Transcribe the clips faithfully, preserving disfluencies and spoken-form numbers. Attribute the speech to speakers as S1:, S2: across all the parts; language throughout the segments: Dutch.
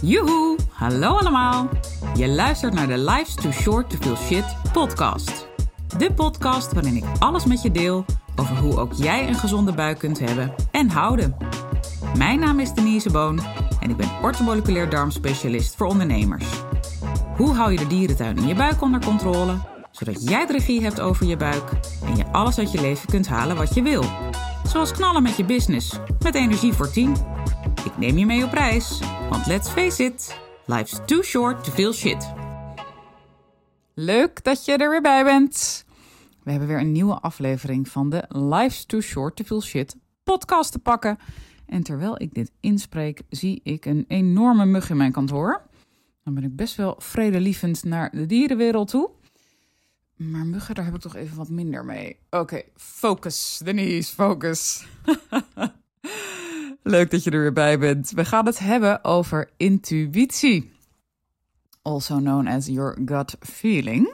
S1: Joehoe, hallo allemaal. Je luistert naar de Life's Too Short to Feel Shit podcast. De podcast waarin ik alles met je deel over hoe ook jij een gezonde buik kunt hebben en houden. Mijn naam is Denise Boon en ik ben orthomoleculair darmspecialist voor ondernemers. Hoe hou je de dierentuin in je buik onder controle, zodat jij de regie hebt over je buik en je alles uit je leven kunt halen wat je wil. Zoals knallen met je business, met energie voor tien. Ik neem je mee op reis, want let's face it, life's too short to feel shit. Leuk dat je er weer bij bent. We hebben weer een nieuwe aflevering van de Life's Too Short to Feel Shit podcast te pakken. En terwijl ik dit inspreek, zie ik een enorme mug in mijn kantoor. Dan ben ik best wel vredelievend naar de dierenwereld toe. Maar muggen, daar heb ik toch even wat minder mee. Oké, okay, focus, Denise, focus. Leuk dat je er weer bij bent. We gaan het hebben over intuïtie. Also known as your gut feeling.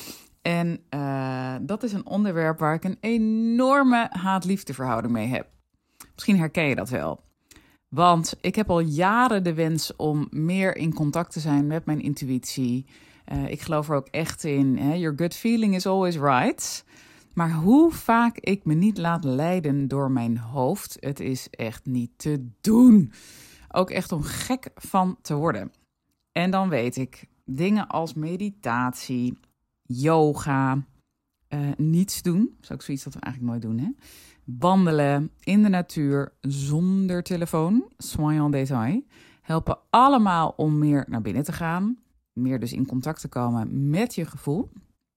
S1: En uh, dat is een onderwerp waar ik een enorme haat-liefde verhouding mee heb. Misschien herken je dat wel. Want ik heb al jaren de wens om meer in contact te zijn met mijn intuïtie. Uh, ik geloof er ook echt in. Hè? Your gut feeling is always right. Maar hoe vaak ik me niet laat leiden door mijn hoofd, het is echt niet te doen. Ook echt om gek van te worden. En dan weet ik, dingen als meditatie, yoga, uh, niets doen. Dat is ook zoiets dat we eigenlijk nooit doen, hè? Wandelen in de natuur zonder telefoon, soin en détail, helpen allemaal om meer naar binnen te gaan. Meer dus in contact te komen met je gevoel.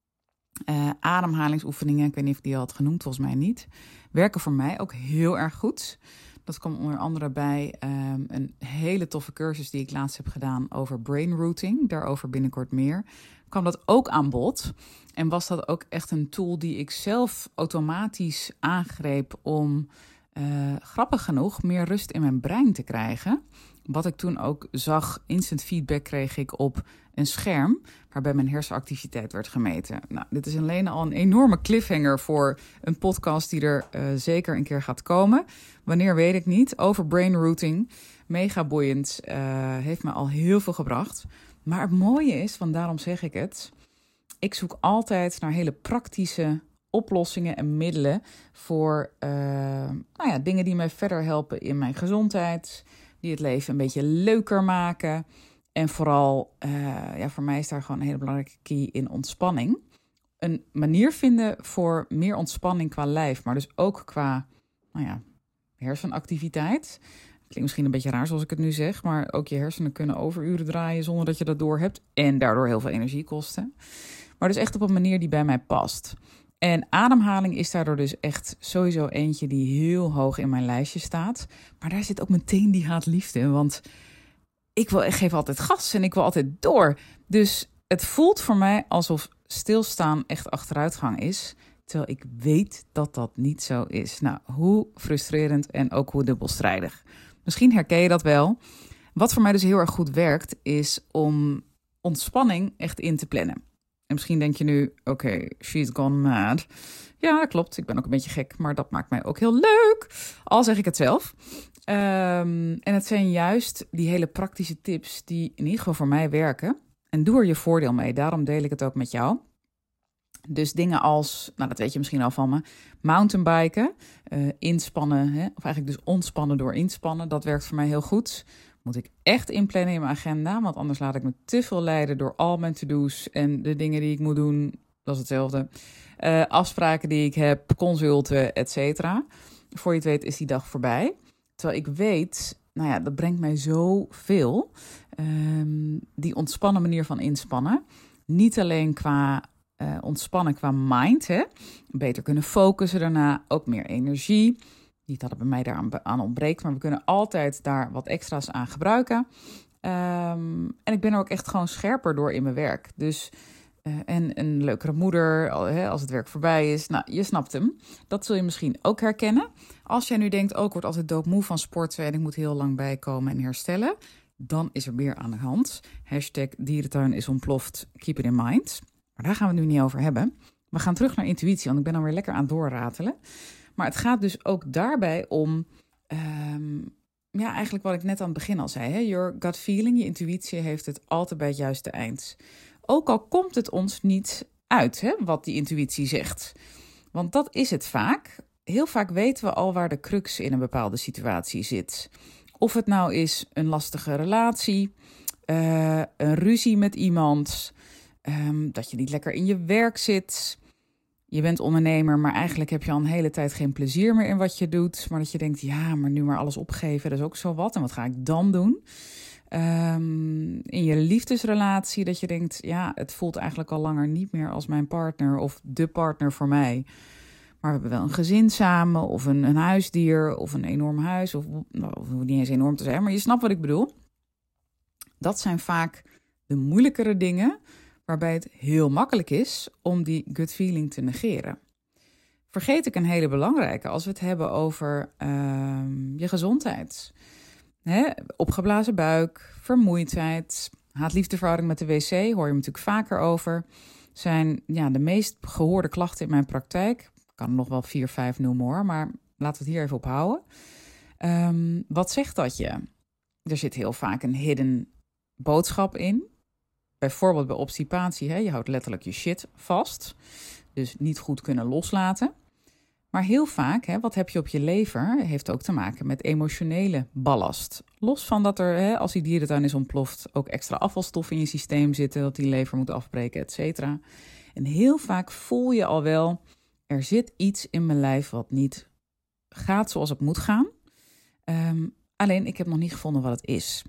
S1: Uh, ademhalingsoefeningen, ik weet niet of ik die al had genoemd, volgens mij niet. Werken voor mij ook heel erg goed. Dat kwam onder andere bij um, een hele toffe cursus die ik laatst heb gedaan over brain routing. Daarover binnenkort meer. Kwam dat ook aan bod. En was dat ook echt een tool die ik zelf automatisch aangreep om, uh, grappig genoeg, meer rust in mijn brein te krijgen. Wat ik toen ook zag, instant feedback kreeg ik op een scherm waarbij mijn hersenactiviteit werd gemeten. Nou, dit is alleen al een enorme cliffhanger voor een podcast die er uh, zeker een keer gaat komen. Wanneer weet ik niet. Over brain routing. Mega boeiend. Uh, heeft me al heel veel gebracht. Maar het mooie is, want daarom zeg ik het, ik zoek altijd naar hele praktische oplossingen en middelen voor uh, nou ja, dingen die mij verder helpen in mijn gezondheid, die het leven een beetje leuker maken. En vooral, uh, ja, voor mij is daar gewoon een hele belangrijke key in ontspanning. Een manier vinden voor meer ontspanning qua lijf, maar dus ook qua, nou ja, hersenactiviteit. Klinkt misschien een beetje raar zoals ik het nu zeg, maar ook je hersenen kunnen overuren draaien zonder dat je dat doorhebt. En daardoor heel veel energie kosten. Maar dus echt op een manier die bij mij past. En ademhaling is daardoor dus echt sowieso eentje die heel hoog in mijn lijstje staat. Maar daar zit ook meteen die haat-liefde. Want ik, wil, ik geef altijd gas en ik wil altijd door. Dus het voelt voor mij alsof stilstaan echt achteruitgang is. Terwijl ik weet dat dat niet zo is. Nou, hoe frustrerend en ook hoe dubbelstrijdig. Misschien herken je dat wel. Wat voor mij dus heel erg goed werkt, is om ontspanning echt in te plannen. En misschien denk je nu, oké, okay, she's gone mad. Ja, dat klopt. Ik ben ook een beetje gek, maar dat maakt mij ook heel leuk. Al zeg ik het zelf. Um, en het zijn juist die hele praktische tips die in ieder geval voor mij werken. En doe er je voordeel mee. Daarom deel ik het ook met jou. Dus dingen als, nou dat weet je misschien al van me, mountainbiken, uh, inspannen, hè? Of eigenlijk dus ontspannen door inspannen. Dat werkt voor mij heel goed. Moet ik echt inplannen in mijn agenda, want anders laat ik me te veel leiden door al mijn to-do's en de dingen die ik moet doen. Dat is hetzelfde. Uh, afspraken die ik heb, consulten, et cetera. Voor je het weet is die dag voorbij. Terwijl ik weet, nou ja, dat brengt mij zoveel. Um, die ontspannen manier van inspannen. Niet alleen qua uh, ontspannen qua mind, hè. Beter kunnen focussen daarna, ook meer energie. Niet dat het bij mij daar aan ontbreekt, maar we kunnen altijd daar wat extra's aan gebruiken. Um, en ik ben er ook echt gewoon scherper door in mijn werk. Dus, uh, en een leukere moeder, hè, als het werk voorbij is. Nou, je snapt hem. Dat zul je misschien ook herkennen. Als jij nu denkt, oh, ik word altijd doodmoe van sporten en ik moet heel lang bijkomen en herstellen, dan is er meer aan de hand. Hashtag dierentuin is ontploft, keep it in mind. Maar daar gaan we het nu niet over hebben. We gaan terug naar intuïtie, want ik ben dan weer lekker aan het doorratelen. Maar het gaat dus ook daarbij om um, ja, eigenlijk wat ik net aan het begin al zei. Hè? Your gut feeling, je intuïtie heeft het altijd bij het juiste eind. Ook al komt het ons niet uit, hè, wat die intuïtie zegt. Want dat is het vaak. Heel vaak weten we al waar de crux in een bepaalde situatie zit. Of het nou is een lastige relatie, uh, een ruzie met iemand, um, dat je niet lekker in je werk zit. Je bent ondernemer, maar eigenlijk heb je al een hele tijd geen plezier meer in wat je doet. Maar dat je denkt, ja, maar nu maar alles opgeven, dat is ook zo wat. En wat ga ik dan doen? Um, in je liefdesrelatie, dat je denkt, ja, het voelt eigenlijk al langer niet meer als mijn partner of de partner voor mij. Maar we hebben wel een gezin samen of een, een huisdier of een enorm huis. Of, nou, of niet eens enorm te zijn, maar je snapt wat ik bedoel. Dat zijn vaak de moeilijkere dingen waarbij het heel makkelijk is om die gut feeling te negeren. Vergeet ik een hele belangrijke als we het hebben over uh, je gezondheid. Hè? Opgeblazen buik, vermoeidheid, haat-liefdeverhouding met de wc, hoor je natuurlijk vaker over. Zijn ja, de meest gehoorde klachten in mijn praktijk. Ik kan er nog wel vier, vijf noemen hoor, maar laten we het hier even op houden. Um, wat zegt dat je? Er zit heel vaak een hidden boodschap in. Bijvoorbeeld bij obstipatie, hè? Je houdt letterlijk je shit vast. Dus niet goed kunnen loslaten. Maar heel vaak, hè, wat heb je op je lever, heeft ook te maken met emotionele ballast. Los van dat er, hè, als die dierentuin is ontploft, ook extra afvalstoffen in je systeem zitten, dat die lever moet afbreken, et cetera. En heel vaak voel je al wel, er zit iets in mijn lijf wat niet gaat zoals het moet gaan. Um, alleen, ik heb nog niet gevonden wat het is.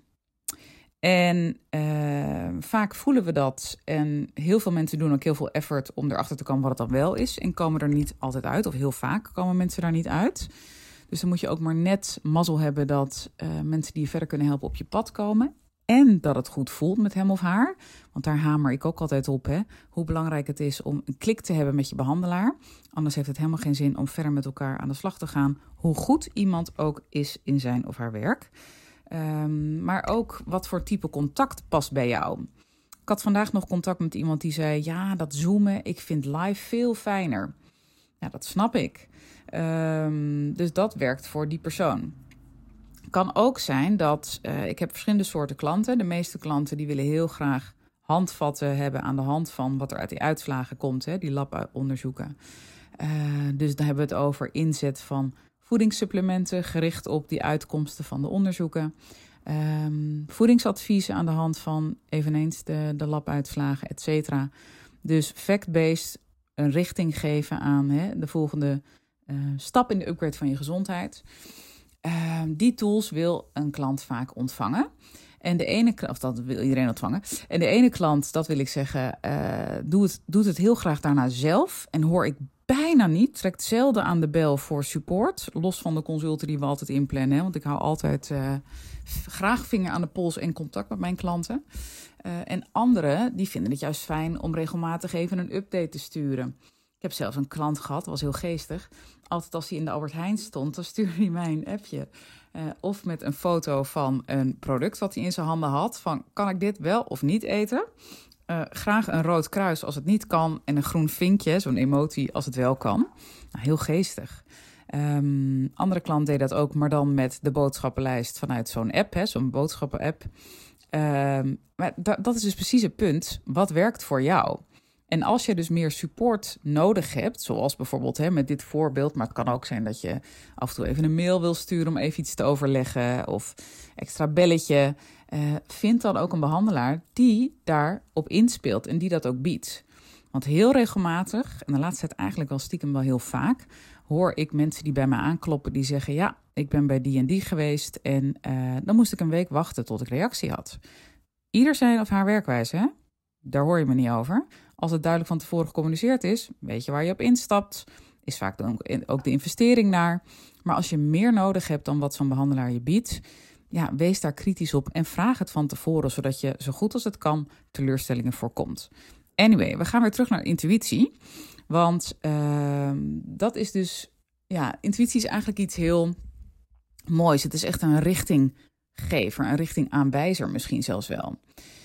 S1: En uh, vaak voelen we dat en heel veel mensen doen ook heel veel effort om erachter te komen wat het dan wel is en komen er niet altijd uit, of heel vaak komen mensen daar niet uit. Dus dan moet je ook maar net mazzel hebben dat uh, mensen die je verder kunnen helpen op je pad komen en dat het goed voelt met hem of haar. Want daar hamer ik ook altijd op, hè, hoe belangrijk het is om een klik te hebben met je behandelaar. Anders heeft het helemaal geen zin om verder met elkaar aan de slag te gaan, hoe goed iemand ook is in zijn of haar werk. Um, maar ook wat voor type contact past bij jou. Ik had vandaag nog contact met iemand die zei, ja, dat zoomen, ik vind live veel fijner. Ja, dat snap ik. Um, dus dat werkt voor die persoon. Kan ook zijn dat, uh, ik heb verschillende soorten klanten. De meeste klanten die willen heel graag handvatten hebben aan de hand van wat er uit die uitslagen komt, hè, die labonderzoeken. Uh, dus dan hebben we het over inzet van voedingssupplementen gericht op die uitkomsten van de onderzoeken. Um, voedingsadviezen aan de hand van eveneens de, de labuitslagen, et cetera. Dus fact-based een richting geven aan hè, de volgende uh, stap in de upgrade van je gezondheid. Uh, die tools wil een klant vaak ontvangen. En de ene klant, of dat wil iedereen ontvangen. En de ene klant, dat wil ik zeggen, uh, doet, het, doet het heel graag daarna zelf. En hoor ik bijna niet, trekt zelden aan de bel voor support. Los van de consulten die we altijd inplannen. Hè, want ik hou altijd uh, graag vinger aan de pols en contact met mijn klanten. Uh, en anderen, die vinden het juist fijn om regelmatig even een update te sturen. Ik heb zelfs een klant gehad, dat was heel geestig. Altijd als hij in de Albert Heijn stond, dan stuurde hij mij een appje. Uh, of met een foto van een product wat hij in zijn handen had. Van, kan ik dit wel of niet eten? Uh, graag een rood kruis als het niet kan. En een groen vinkje, zo'n emotie als het wel kan. Nou, heel geestig. Um, andere klant deed dat ook, maar dan met de boodschappenlijst vanuit zo'n app. Hè, zo'n boodschappen-app. Um, maar da- dat is dus precies het punt. Wat werkt voor jou? En als je dus meer support nodig hebt, zoals bijvoorbeeld hè, met dit voorbeeld, maar het kan ook zijn dat je af en toe even een mail wil sturen om even iets te overleggen of extra belletje, uh, vind dan ook een behandelaar die daarop inspeelt en die dat ook biedt. Want heel regelmatig, en de laatste tijd eigenlijk wel stiekem wel heel vaak, hoor ik mensen die bij me aankloppen die zeggen, ja, ik ben bij die en die geweest en uh, dan moest ik een week wachten tot ik reactie had. Ieder zijn of haar werkwijze, hè? Daar hoor je me niet over. Als het duidelijk van tevoren gecommuniceerd is, weet je waar je op instapt. Is vaak dan ook de investering naar. Maar als je meer nodig hebt dan wat zo'n behandelaar je biedt, ja, wees daar kritisch op en vraag het van tevoren, zodat je zo goed als het kan teleurstellingen voorkomt. Anyway, we gaan weer terug naar intuïtie. Want uh, dat is dus, ja, intuïtie is eigenlijk iets heel moois. Het is echt een richtinggever, een richtingaanwijzer misschien zelfs wel.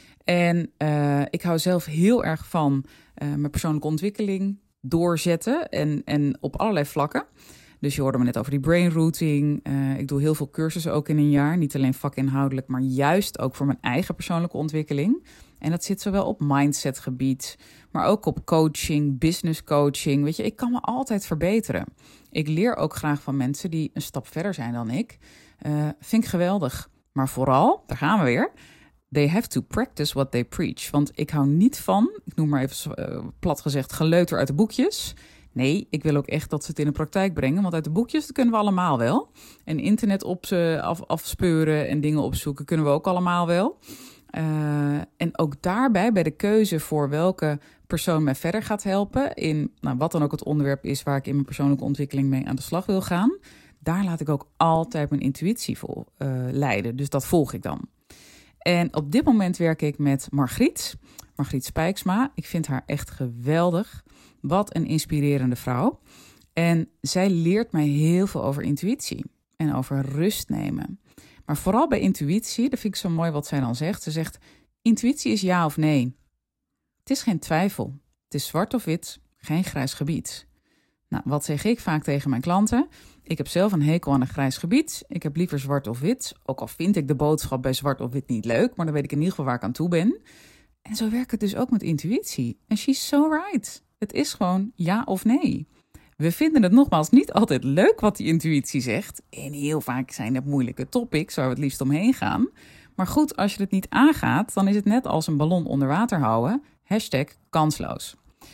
S1: En uh, ik hou zelf heel erg van uh, mijn persoonlijke ontwikkeling doorzetten en, en op allerlei vlakken. Dus je hoorde me net over die brain routing. Uh, ik doe heel veel cursussen ook in een jaar. Niet alleen vakinhoudelijk, maar juist ook voor mijn eigen persoonlijke ontwikkeling. En dat zit zowel op mindsetgebied, maar ook op coaching, business coaching. Weet je, ik kan me altijd verbeteren. Ik leer ook graag van mensen die een stap verder zijn dan ik. Uh, vind ik geweldig. Maar vooral, daar gaan we weer, they have to practice what they preach. Want ik hou niet van, ik noem maar even uh, plat gezegd, geleuter uit de boekjes. Nee, ik wil ook echt dat ze het in de praktijk brengen. Want uit de boekjes dat kunnen we allemaal wel. En internet op ze af, afspeuren en dingen opzoeken kunnen we ook allemaal wel. Uh, en ook daarbij, bij de keuze voor welke persoon mij verder gaat helpen, in nou, wat dan ook het onderwerp is waar ik in mijn persoonlijke ontwikkeling mee aan de slag wil gaan, daar laat ik ook altijd mijn intuïtie voor uh, leiden. Dus dat volg ik dan. En op dit moment werk ik met Margriet, Margriet Spijksma. Ik vind haar echt geweldig. Wat een inspirerende vrouw. En zij leert mij heel veel over intuïtie en over rust nemen. Maar vooral bij intuïtie, dat vind ik zo mooi wat zij dan zegt. Ze zegt, intuïtie is ja of nee. Het is geen twijfel. Het is zwart of wit, geen grijs gebied. Nou, wat zeg ik vaak tegen mijn klanten? Ik heb zelf een hekel aan een grijs gebied. Ik heb liever zwart of wit. Ook al vind ik de boodschap bij zwart of wit niet leuk, maar dan weet ik in ieder geval waar ik aan toe ben. En zo werkt het dus ook met intuïtie. En she's so right. Het is gewoon ja of nee. We vinden het nogmaals niet altijd leuk wat die intuïtie zegt. En heel vaak zijn het moeilijke topics waar we het liefst omheen gaan. Maar goed, als je het niet aangaat, dan is het net als een ballon onder water houden. Hashtag kansloos.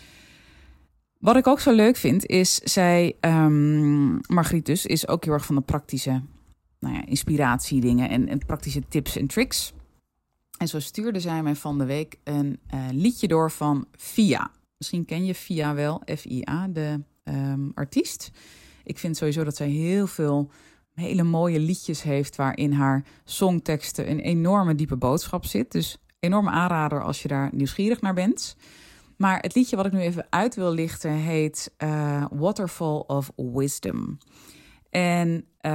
S1: Wat ik ook zo leuk vind, is zij, um, Margriet dus, is ook heel erg van de praktische nou ja, inspiratiedingen en, en praktische tips en tricks. En zo stuurde zij mij van de week een uh, liedje door van Fia. Misschien ken je Fia wel, F I A, de um, artiest. Ik vind sowieso dat zij heel veel hele mooie liedjes heeft waarin haar songteksten een enorme diepe boodschap zit. Dus enorme aanrader als je daar nieuwsgierig naar bent. Maar het liedje wat ik nu even uit wil lichten heet uh, Waterfall of Wisdom. En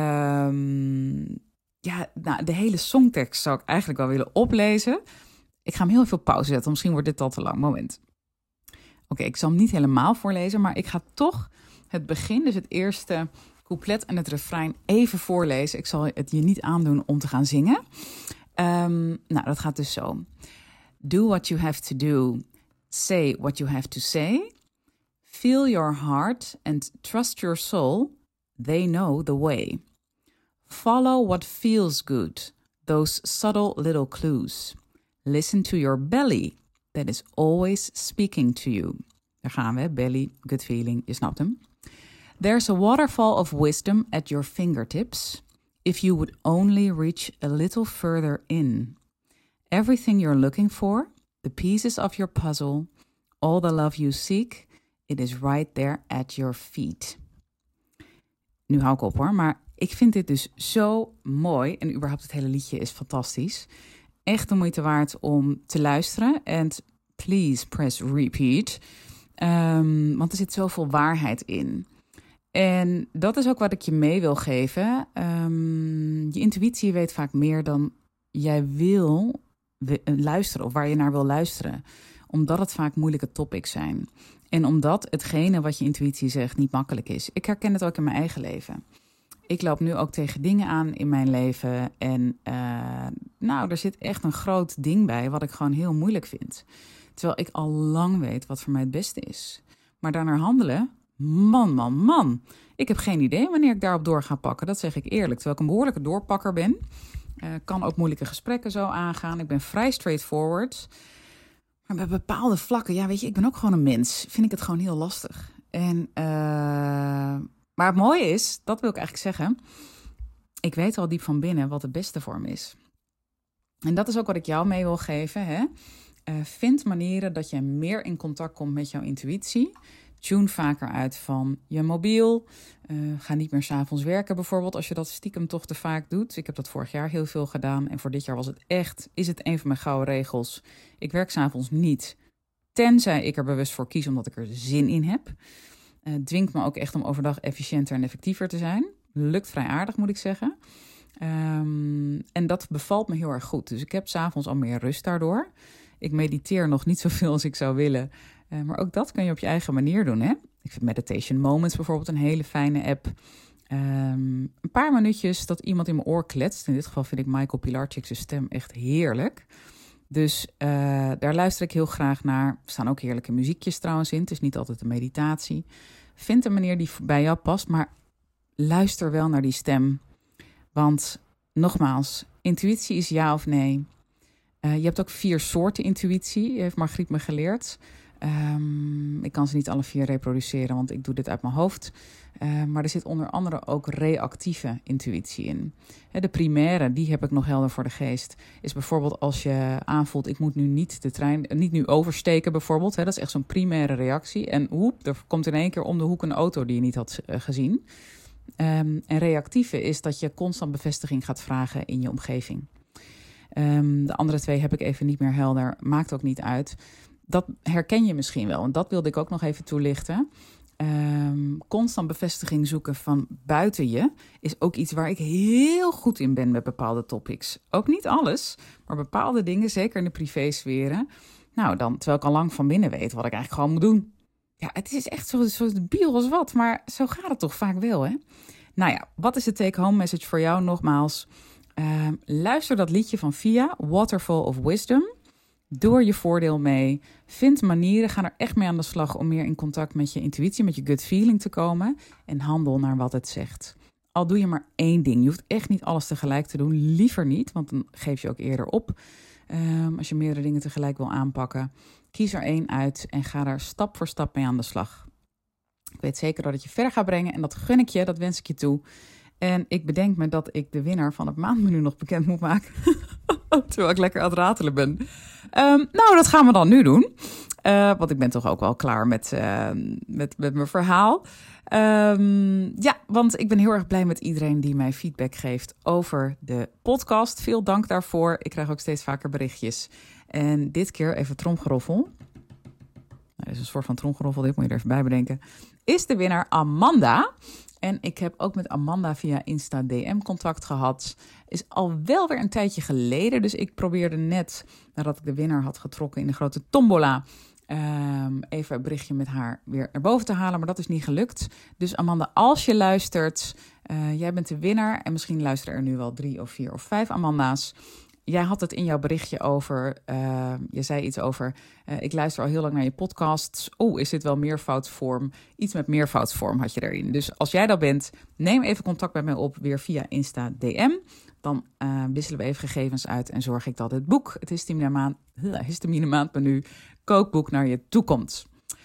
S1: um, ja, nou, de hele songtekst zou ik eigenlijk wel willen oplezen. Ik ga hem heel veel pauze zetten, misschien wordt dit al te lang. Moment. Oké, okay, ik zal hem niet helemaal voorlezen, maar ik ga toch het begin, dus het eerste couplet en het refrein even voorlezen. Ik zal het je niet aandoen om te gaan zingen. Um, nou, dat gaat dus zo. Do what you have to do. Say what you have to say. Feel your heart and trust your soul. They know the way. Follow what feels good. Those subtle little clues. Listen to your belly. That is always speaking to you. Daar gaan we, belly, good feeling, je snapt hem. There's a waterfall of wisdom at your fingertips. If you would only reach a little further in. Everything you're looking for, the pieces of your puzzle, all the love you seek, it is right there at your feet. Nu hou ik op hoor, maar ik vind dit dus zo mooi. En überhaupt het hele liedje is fantastisch. Echt de moeite waard om te luisteren. En please press repeat. Um, want er zit zoveel waarheid in. En dat is ook wat ik je mee wil geven. Um, je intuïtie weet vaak meer dan jij wil luisteren of waar je naar wil luisteren. Omdat het vaak moeilijke topics zijn. En omdat hetgene wat je intuïtie zegt niet makkelijk is. Ik herken het ook in mijn eigen leven. Ik loop nu ook tegen dingen aan in mijn leven. En uh, nou, er zit echt een groot ding bij wat ik gewoon heel moeilijk vind. Terwijl ik al lang weet wat voor mij het beste is. Maar daarnaar handelen, man, man, man. Ik heb geen idee wanneer ik daarop door ga pakken. Dat zeg ik eerlijk. Terwijl ik een behoorlijke doorpakker ben. Uh, kan ook moeilijke gesprekken zo aangaan. Ik ben vrij straightforward. Maar bij bepaalde vlakken, ja weet je, ik ben ook gewoon een mens. Vind ik het gewoon heel lastig. En, uh, maar het mooie is, dat wil ik eigenlijk zeggen. Ik weet al diep van binnen wat het beste voor me is. En dat is ook wat ik jou mee wil geven. Hè? Uh, vind manieren dat je meer in contact komt met jouw intuïtie. Tune vaker uit van je mobiel. Uh, ga niet meer 's avonds werken bijvoorbeeld, als je dat stiekem toch te vaak doet. Ik heb dat vorig jaar heel veel gedaan. En voor dit jaar was het echt, is het een van mijn gouden regels. Ik werk 's avonds niet. Tenzij ik er bewust voor kies, omdat ik er zin in heb. Uh, dwingt me ook echt om overdag efficiënter en effectiever te zijn. Lukt vrij aardig, moet ik zeggen. Um, en dat bevalt me heel erg goed. Dus ik heb 's avonds al meer rust daardoor. Ik mediteer nog niet zoveel als ik zou willen. Uh, maar ook dat kun je op je eigen manier doen. Hè? Ik vind Meditation Moments bijvoorbeeld een hele fijne app. Um, een paar minuutjes dat iemand in mijn oor kletst. In dit geval vind ik Michael Pilarchik's stem echt heerlijk. Dus uh, daar luister ik heel graag naar. Er staan ook heerlijke muziekjes trouwens in. Het is niet altijd een meditatie. Vind een manier die bij jou past, maar luister wel naar die stem. Want nogmaals, intuïtie is ja of nee. Uh, je hebt ook vier soorten intuïtie, heeft Margriet me geleerd. Um, ik kan ze niet alle vier reproduceren, want ik doe dit uit mijn hoofd. Uh, maar er zit onder andere ook reactieve intuïtie in. De primaire, die heb ik nog helder voor de geest. Is bijvoorbeeld als je aanvoelt, ik moet nu niet de trein, niet nu oversteken bijvoorbeeld. Dat is echt zo'n primaire reactie. En hoep, er komt in één keer om de hoek een auto die je niet had gezien. Um, en reactieve is dat je constant bevestiging gaat vragen in je omgeving. Um, de andere twee heb ik even niet meer helder, maakt ook niet uit. Dat herken je misschien wel. En dat wilde ik ook nog even toelichten. Um, constant bevestiging zoeken van buiten je is ook iets waar ik heel goed in ben met bepaalde topics. Ook niet alles, maar bepaalde dingen, zeker in de privésferen. Nou, dan, terwijl ik al lang van binnen weet wat ik eigenlijk gewoon moet doen. Ja, het is echt zo, zo debiel als wat, maar zo gaat het toch vaak wel, hè? Nou ja, wat is de take-home message voor jou nogmaals? Uh, luister dat liedje van Via, Waterfall of Wisdom. Doe er je voordeel mee. Vind manieren, ga er echt mee aan de slag om meer in contact met je intuïtie, met je gut feeling te komen. En handel naar wat het zegt. Al doe je maar één ding. Je hoeft echt niet alles tegelijk te doen. Liever niet, want dan geef je ook eerder op. Um, als je meerdere dingen tegelijk wil aanpakken. Kies er één uit en ga daar stap voor stap mee aan de slag. Ik weet zeker dat het je verder gaat brengen en dat gun ik je, dat wens ik je toe. En ik bedenk me dat ik de winnaar van het maandmenu nog bekend moet maken. Terwijl ik lekker aan het ratelen ben. Um, nou, dat gaan we dan nu doen. Uh, want ik ben toch ook wel klaar met, uh, met, met mijn verhaal. Um, ja, want ik ben heel erg blij met iedereen die mij feedback geeft over de podcast. Veel dank daarvoor. Ik krijg ook steeds vaker berichtjes. En dit keer even tromgeroffel. Nou, dat is een soort van tromgeroffel, dit moet je er even bij bedenken. Is de winnaar Amanda. En ik heb ook met Amanda via Insta D M contact gehad. Is al wel weer een tijdje geleden. Dus ik probeerde net, nadat ik de winnaar had getrokken in de grote tombola, um, even een berichtje met haar weer naar boven te halen. Maar dat is niet gelukt. Dus Amanda, als je luistert, uh, jij bent de winnaar. En misschien luisteren er nu wel drie of vier of vijf Amanda's. Jij had het in jouw berichtje over, uh, je zei iets over, uh, ik luister al heel lang naar je podcasts. Oeh, is dit wel meervoudsvorm? Iets met meervoudsvorm had je erin. Dus als jij dat bent, neem even contact met mij op, weer via Insta D M. Dan uh, wisselen we even gegevens uit en zorg ik dat het boek, het histamine maand, histamine maandmenu, kookboek naar je toe komt.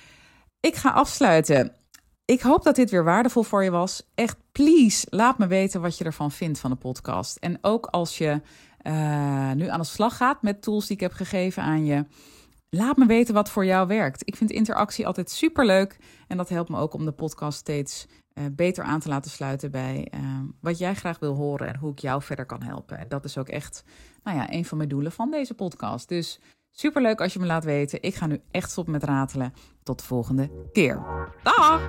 S1: Ik ga afsluiten. Ik hoop dat dit weer waardevol voor je was. Echt, please, laat me weten wat je ervan vindt van de podcast. En ook als je uh, nu aan de slag gaat met tools die ik heb gegeven aan je, laat me weten wat voor jou werkt. Ik vind interactie altijd superleuk. En dat helpt me ook om de podcast steeds uh, beter aan te laten sluiten bij uh, wat jij graag wil horen en hoe ik jou verder kan helpen. En dat is ook echt, nou ja, een van mijn doelen van deze podcast. Dus superleuk als je me laat weten. Ik ga nu echt stoppen met ratelen. Tot de volgende keer. Dag!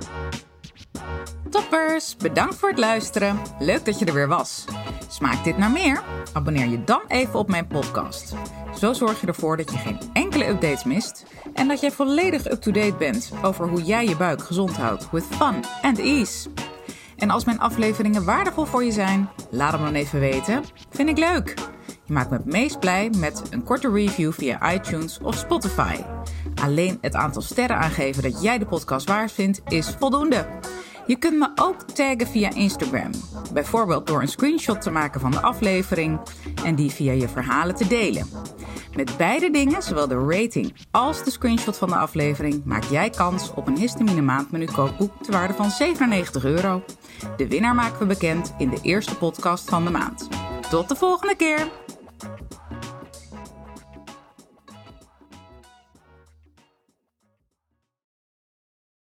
S1: Toppers, bedankt voor het luisteren. Leuk dat je er weer was. Smaakt dit naar meer? Abonneer je dan even op mijn podcast. Zo zorg je ervoor dat je geen enkele updates mist en dat jij volledig up-to-date bent over hoe jij je buik gezond houdt with fun and ease. En als mijn afleveringen waardevol voor je zijn, laat hem dan even weten. Vind ik leuk. Je maakt me het meest blij met een korte review via iTunes of Spotify. Alleen het aantal sterren aangeven dat jij de podcast waard vindt is voldoende. Je kunt me ook taggen via Instagram. Bijvoorbeeld door een screenshot te maken van de aflevering en die via je verhalen te delen. Met beide dingen, zowel de rating als de screenshot van de aflevering, maak jij kans op een histamine maandmenu kookboek ter waarde van zevenennegentig euro. De winnaar maken we bekend in de eerste podcast van de maand. Tot de volgende keer!